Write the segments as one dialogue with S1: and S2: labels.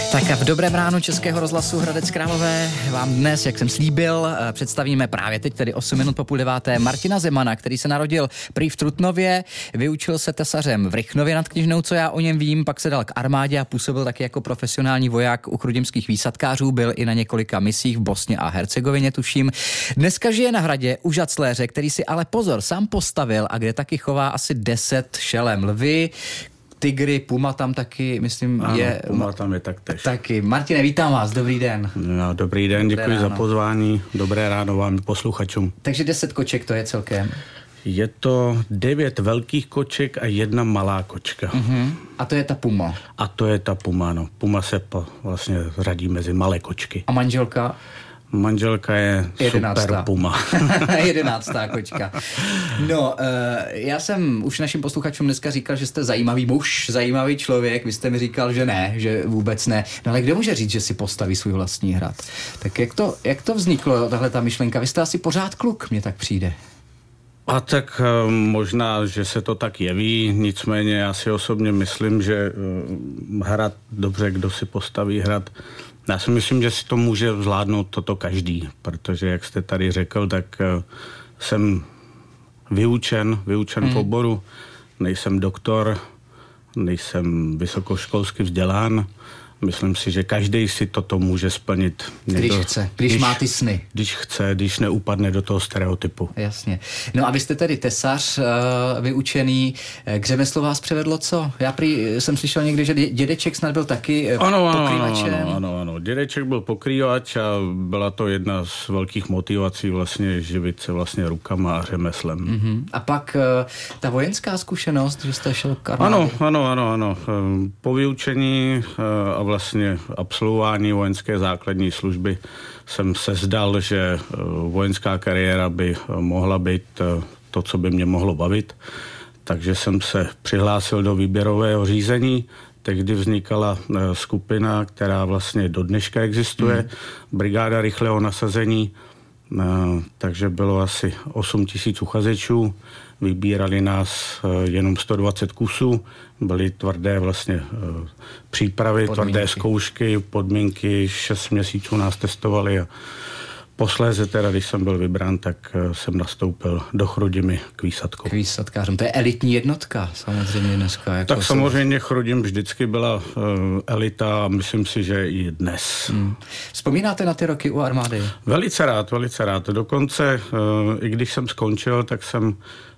S1: Tak a v dobrém ránu Českého rozhlasu Hradec Králové vám dnes, jak jsem slíbil, představíme právě teď, tedy 8 minut po 8:30, Martina Zemana, který se narodil prý v Trutnově, vyučil se tesařem v Rychnově nad Kněžnou, co já o něm vím, pak se dal k armádě a působil taky jako profesionální voják u chrudimských výsadkářů, byl i na několika misích v Bosně a Hercegovině, tuším. Dneska žije na Hradě u Žacléře, který si ale pozor sám postavil a kde taky chová asi 10 šelem, lvy, tygry, puma tam taky, myslím,
S2: ano,
S1: je.
S2: Puma tam je taktéž.
S1: Taky. Martine, vítám vás, dobrý den.
S2: No, dobrý den, děkuji za pozvání, dobré ráno vám posluchačům.
S1: Takže 10 koček to je celkem.
S2: Je to 9 velkých koček a 1 malá kočka.
S1: Uh-huh. A to je ta puma.
S2: A to je ta puma, no. Puma se vlastně řadí mezi malé kočky.
S1: A manželka?
S2: Manželka je 11. Super puma.
S1: 11. kočka. No, já jsem už našim posluchačům dneska říkal, že jste zajímavý muž, zajímavý člověk. Vy jste mi říkal, že ne, že vůbec ne. No ale kdo může říct, že si postaví svůj vlastní hrad? Tak jak to vzniklo, tahle ta myšlenka? Vy jste asi pořád kluk, mně tak přijde.
S2: A tak možná, že se to tak jeví, nicméně já si osobně myslím, že hrad, dobře, kdo si postaví hrad, já si myslím, že si to může zvládnout toto každý, protože jak jste tady řekl, tak jsem vyučen v oboru, nejsem doktor, nejsem vysokoškolsky vzdělán. Myslím si, že každý si toto může splnit.
S1: Když chce, když má ty sny.
S2: Když chce, když neupadne do toho stereotypu.
S1: Jasně. No a vy jste tedy tesař vyučený. K řemeslu vás převedlo co? Já jsem slyšel někdy, že dědeček snad byl taky pokrývačem.
S2: Ano. Dědeček byl pokrývač a byla to jedna z velkých motivací vlastně živit se vlastně rukama a řemeslem.
S1: Uh-huh. A pak ta vojenská zkušenost, že jste šel k armádě?
S2: Ano. Po vyučení a vlastně absolvování vojenské základní služby jsem se zdal, že vojenská kariéra by mohla být to, co by mě mohlo bavit. Takže jsem se přihlásil do výběrového řízení. Tehdy vznikala skupina, která vlastně do dneška existuje, Brigáda rychlého nasazení. Takže bylo asi 8 000 uchazečů, vybírali nás jenom 120 kusů, byly tvrdé vlastně přípravy, tvrdé zkoušky, podmínky, 6 měsíců nás testovali a posléze teda, když jsem byl vybrán, tak jsem nastoupil do Chrudimi k výsadku.
S1: K výsadkářům, to je elitní jednotka samozřejmě dneska. Jako
S2: tak samozřejmě Chrudim vždycky byla elita a myslím si, že i dnes.
S1: Vzpomínáte na ty roky u armády? Velice
S2: rád. Dokonce, i když jsem skončil, tak jsem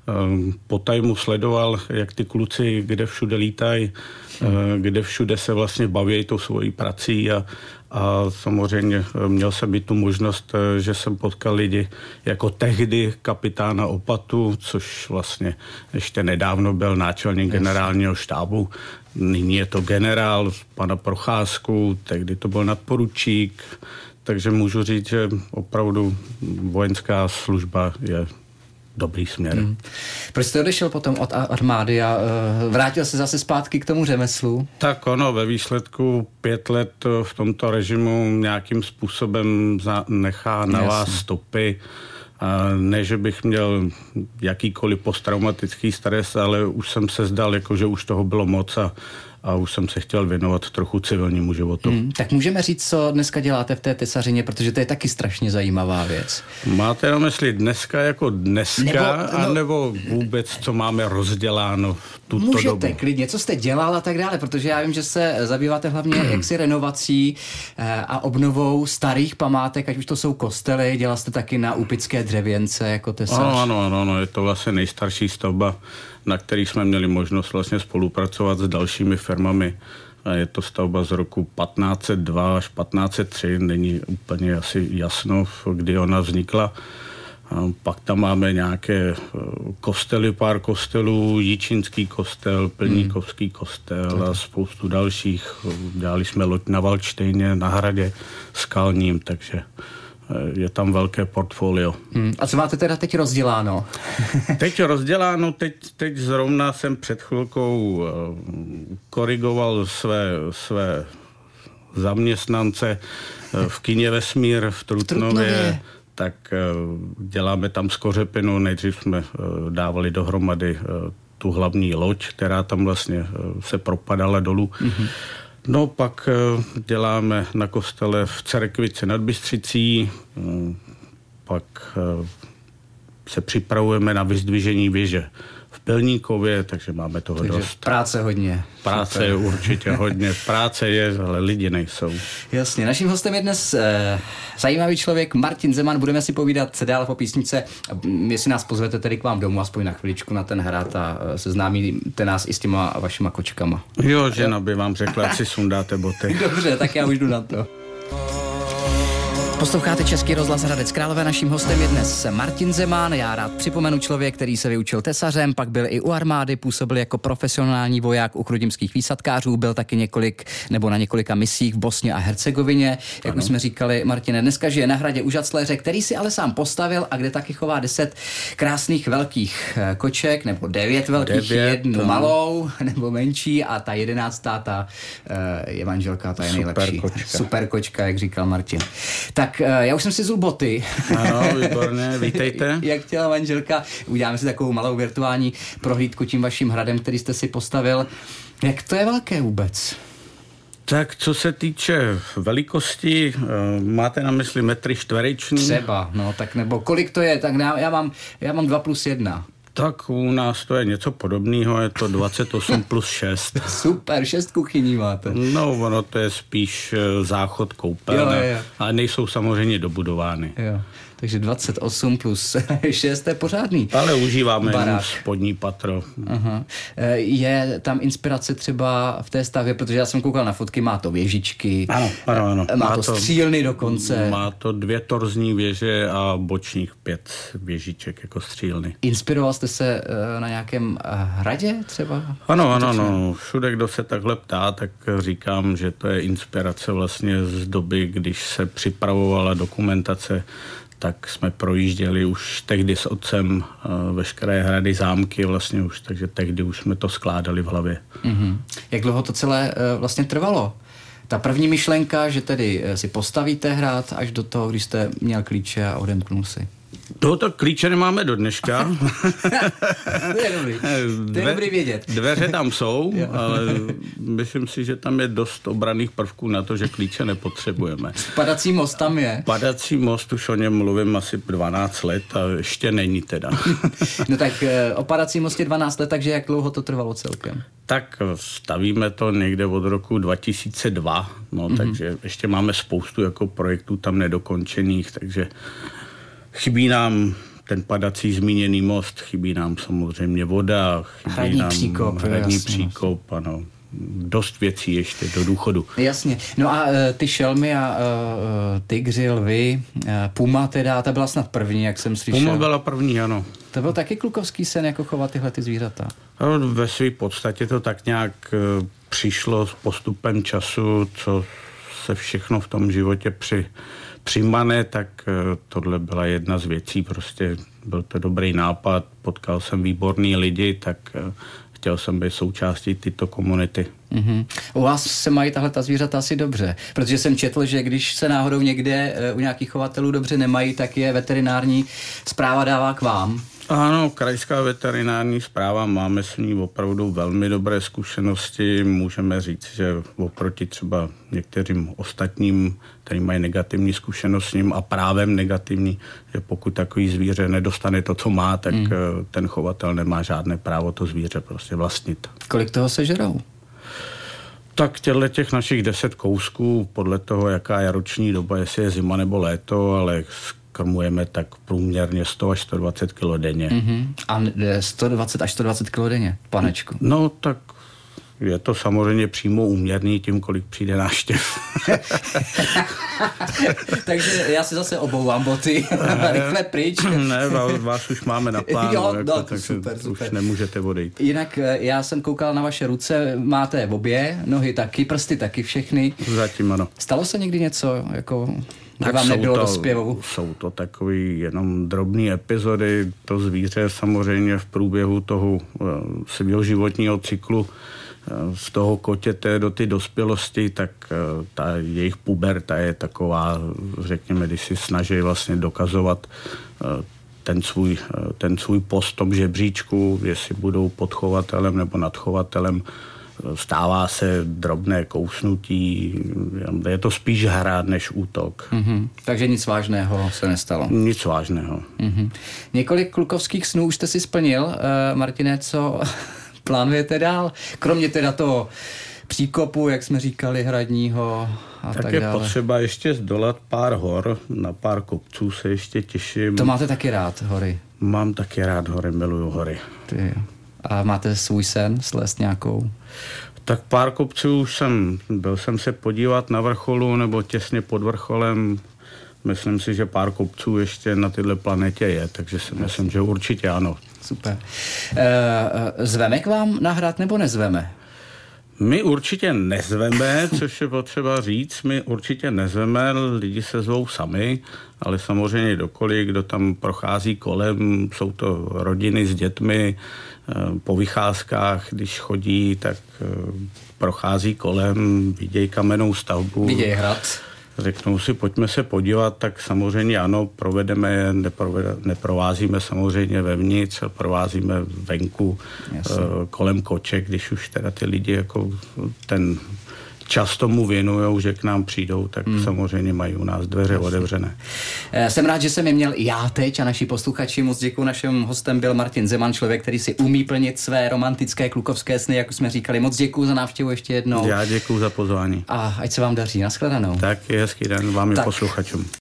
S2: po tajmu sledoval, jak ty kluci kde všude lítají, kde všude se vlastně baví tou svojí prací a samozřejmě měl jsem i tu možnost, že jsem potkal lidi jako tehdy kapitána Opatu, což vlastně ještě nedávno byl náčelník generálního štábu. Nyní je to generál, pana Procházku, tehdy to byl nadporučík, takže můžu říct, že opravdu vojenská služba je dobrý směr.
S1: Proč jste odešel potom od armády a vrátil se zase zpátky k tomu řemeslu?
S2: Tak ono, ve výsledku 5 let v tomto režimu nějakým způsobem nechá na vás stopy. Ne, že bych měl jakýkoliv posttraumatický stres, ale už jsem se zdal, jako že už toho bylo moc a už jsem se chtěl věnovat trochu civilnímu životu.
S1: Tak můžeme říct, co dneska děláte v té tesařině, protože to je taky strašně zajímavá věc.
S2: Máte na mysli dneska jako dneska, nebo vůbec, co máme rozděláno v tuto dobu?
S1: Můžete klidně, co jste dělal a tak dále, protože já vím, že se zabýváte hlavně jaksi renovací a obnovou starých památek, ať už to jsou kostely, dělal jste taky na Úpické Dřevěnce jako tesař.
S2: Ano, je to vlastně nejstarší stavba, na který jsme měli možnost vlastně spolupracovat s dalšími firmami. Je to stavba z roku 1502 až 1503, není úplně asi jasno, kdy ona vznikla. Pak tam máme nějaké kostely, pár kostelů, Jičínský kostel, Plníkovský kostel a spoustu dalších. Dělali jsme loď na Valdštejně, na hradě skalním, takže je tam velké portfolio.
S1: A co máte teda teď rozděláno?
S2: Teď zrovna jsem před chvilkou korigoval své zaměstnance v kině Vesmír v Trutnově. Tak děláme tam skořepinu, nejdřív jsme dávali dohromady tu hlavní loď, která tam vlastně se propadala dolů. No pak děláme na kostele v Cerekvici nad Bystřicí, pak se připravujeme na vyzdvižení věže v Pilníkově, takže máme toho dost.
S1: Práce hodně.
S2: Práce je určitě hodně. Práce je, ale lidi nejsou.
S1: Jasně. Naším hostem je dnes zajímavý člověk Martin Zeman. Budeme si povídat dál po písničce. Jestli nás pozvete tedy k vám domů, aspoň na chviličku na ten hrad a seznámíte nás i s těma vašima kočkama.
S2: Jo, žena by vám řekla, ať si sundáte boty.
S1: Dobře, tak já už jdu na to. Posloucháte Český rozhlas Hradec Králové, naším hostem je dnes Martin Zeman. Já rád připomenu člověk, který se vyučil tesařem, pak byl i u armády, působil jako profesionální voják u chrudimských výsadkářů, byl taky na několika misích v Bosně a Hercegovině. Jak už jsme říkali, Martine, dneska žije na hradě u Žacléře, který si ale sám postavil a kde taky chová 10 krásných velkých koček, nebo 9 velkých, jednu malou, nebo menší a ta 11. ta je manželka, ta je nejlepší. Super kočka, jak říkal Martin. Tak já už jsem si zul boty.
S2: Ano, výborně, vítejte.
S1: Jak chtěla manželka, uděláme si takovou malou virtuální prohlídku tím vaším hradem, který jste si postavil. Jak to je velké vůbec?
S2: Tak co se týče velikosti, máte na mysli metry čtvereční?
S1: Třeba, no tak nebo kolik to je, tak já mám 2+1.
S2: Tak u nás to je něco podobného, je to 28 plus 6.
S1: Super, 6 kuchyní máte.
S2: No, ono to je spíš záchod, koupelna,
S1: jo.
S2: ale nejsou samozřejmě dobudovány.
S1: Jo. Takže 28 plus 6 je pořádný.
S2: Ale užíváme jenom spodní patro.
S1: Aha. Je tam inspirace třeba v té stavě, protože já jsem koukal na fotky, má to věžičky.
S2: Ano.
S1: Má to střílny dokonce.
S2: Má to 2 torzní věže a bočních 5 věžiček jako střílny.
S1: Inspiroval jste se na nějakém hradě třeba?
S2: Ano. Všude, kdo se takhle ptá, tak říkám, že to je inspirace vlastně z doby, když se připravovala dokumentace, tak jsme projížděli už tehdy s otcem veškeré hrady, zámky vlastně už, takže tehdy už jsme to skládali v hlavě.
S1: Mm-hmm. Jak dlouho to celé vlastně trvalo? Ta první myšlenka, že tedy si postavíte hrad až do toho, když jste měl klíče a odemknul si.
S2: Tohoto klíče nemáme do dneška.
S1: To je dobrý. To je dobrý vědět.
S2: Dveře tam jsou, ale myslím si, že tam je dost obranných prvků na to, že klíče nepotřebujeme.
S1: Padací most tam je.
S2: Padací most, už o něm mluvím asi 12 let a ještě není teda.
S1: No tak o padací mostě 12 let, takže jak dlouho to trvalo celkem?
S2: Tak stavíme to někde od roku 2002, takže ještě máme spoustu jako projektů tam nedokončených, takže chybí nám ten padací zmíněný most, chybí nám samozřejmě voda, chybí nám hradní příkop, ano. Dost věcí ještě do důchodu.
S1: Jasně. No a ty šelmy a tygři, lvy, puma teda, ta byla snad první, jak jsem slyšel.
S2: Puma byla první, ano.
S1: To byl taky klukovský sen, jako chovat tyhle ty zvířata.
S2: No, ve své podstatě to tak nějak přišlo s postupem času, co se všechno v tom životě přimane, tak tohle byla jedna z věcí, prostě byl to dobrý nápad, potkal jsem výborný lidi, tak chtěl jsem být součástí této komunity.
S1: Mm-hmm. U vás se mají tahle ta zvířata asi dobře, protože jsem četl, že když se náhodou někde u nějakých chovatelů dobře nemají, tak je veterinární správa dává k vám.
S2: Ano, krajská veterinární správa, máme s ní opravdu velmi dobré zkušenosti. Můžeme říct, že oproti třeba některým ostatním, kteří mají negativní zkušenost s ním a právem negativní, že pokud takový zvíře nedostane to, co má, tak ten chovatel nemá žádné právo to zvíře prostě vlastnit. Kolik toho sežerou? Tak těch našich 10 kousků, podle toho, jaká je roční doba, jestli je zima nebo léto, ale krmujeme tak průměrně 100 až 120 kg denně. Mm-hmm. A 120 až 120 kg denně, panečku? No tak je to samozřejmě přímo úměrný tím, kolik přijde návštěv. Takže já si zase obouvám boty, rychle pryč. Ne, vás už máme na plánu, jo, takže super. Už nemůžete odejít. Jinak já jsem koukal na vaše ruce, máte obě nohy taky, prsty taky všechny. Zatím ano. Stalo se někdy něco, jako... Tak vám nebylo do zpěvu? Jsou to takový jenom drobné epizody. To zvíře samozřejmě v průběhu toho svého životního cyklu z toho kotěte do ty dospělosti, tak ta jejich puberta je taková, řekněme, když si snaží vlastně dokazovat ten svůj post v tom žebříčku, jestli budou pod chovatelem nebo nad chovatelem. stává se drobné kousnutí, je to spíš hra než útok.
S1: Takže nic vážného se nestalo?
S2: Nic vážného.
S1: Několik klukovských snů už jste si splnil, Martine, co plánujete dál? Kromě teda toho příkopu, jak jsme říkali, hradního a tak
S2: je
S1: dále.
S2: potřeba ještě zdolat pár hor, na pár kopců se ještě těším.
S1: To máte taky rád, hory?
S2: Mám taky rád hory, miluju hory.
S1: A máte svůj sen slézt nějakou?
S2: Tak pár kopců už byl jsem se podívat na vrcholu nebo těsně pod vrcholem. Myslím si, že pár kopců ještě na této planetě je, takže si myslím, že určitě ano.
S1: Super. Zveme k vám na hrad nebo nezveme?
S2: My určitě nezveme, což je potřeba říct, my určitě nezveme, lidi se zvou sami, ale samozřejmě kdokoliv, kdo tam prochází kolem, jsou to rodiny s dětmi, po vycházkách, když chodí, tak prochází kolem, vidějí kamennou stavbu.
S1: Vidějí hrad.
S2: Řeknou si, pojďme se podívat, tak samozřejmě ano, provedeme, neprovázíme samozřejmě vevnitř, provázíme venku. Jasně. Kolem koček, když už teda ty lidi jako ten čas tomu věnujou, že k nám přijdou, tak samozřejmě mají u nás dveře otevřené.
S1: Jsem rád, že jsem je měl já teď a naši posluchači. Moc děkuju. Naším hostem byl Martin Zeman, člověk, který si umí plnit své romantické klukovské sny, jak už jsme říkali. Moc děkuju za návštěvu ještě jednou.
S2: Já děkuju za pozvání.
S1: A ať se vám daří. Nashledanou.
S2: Tak je hezký den vám i posluchačům.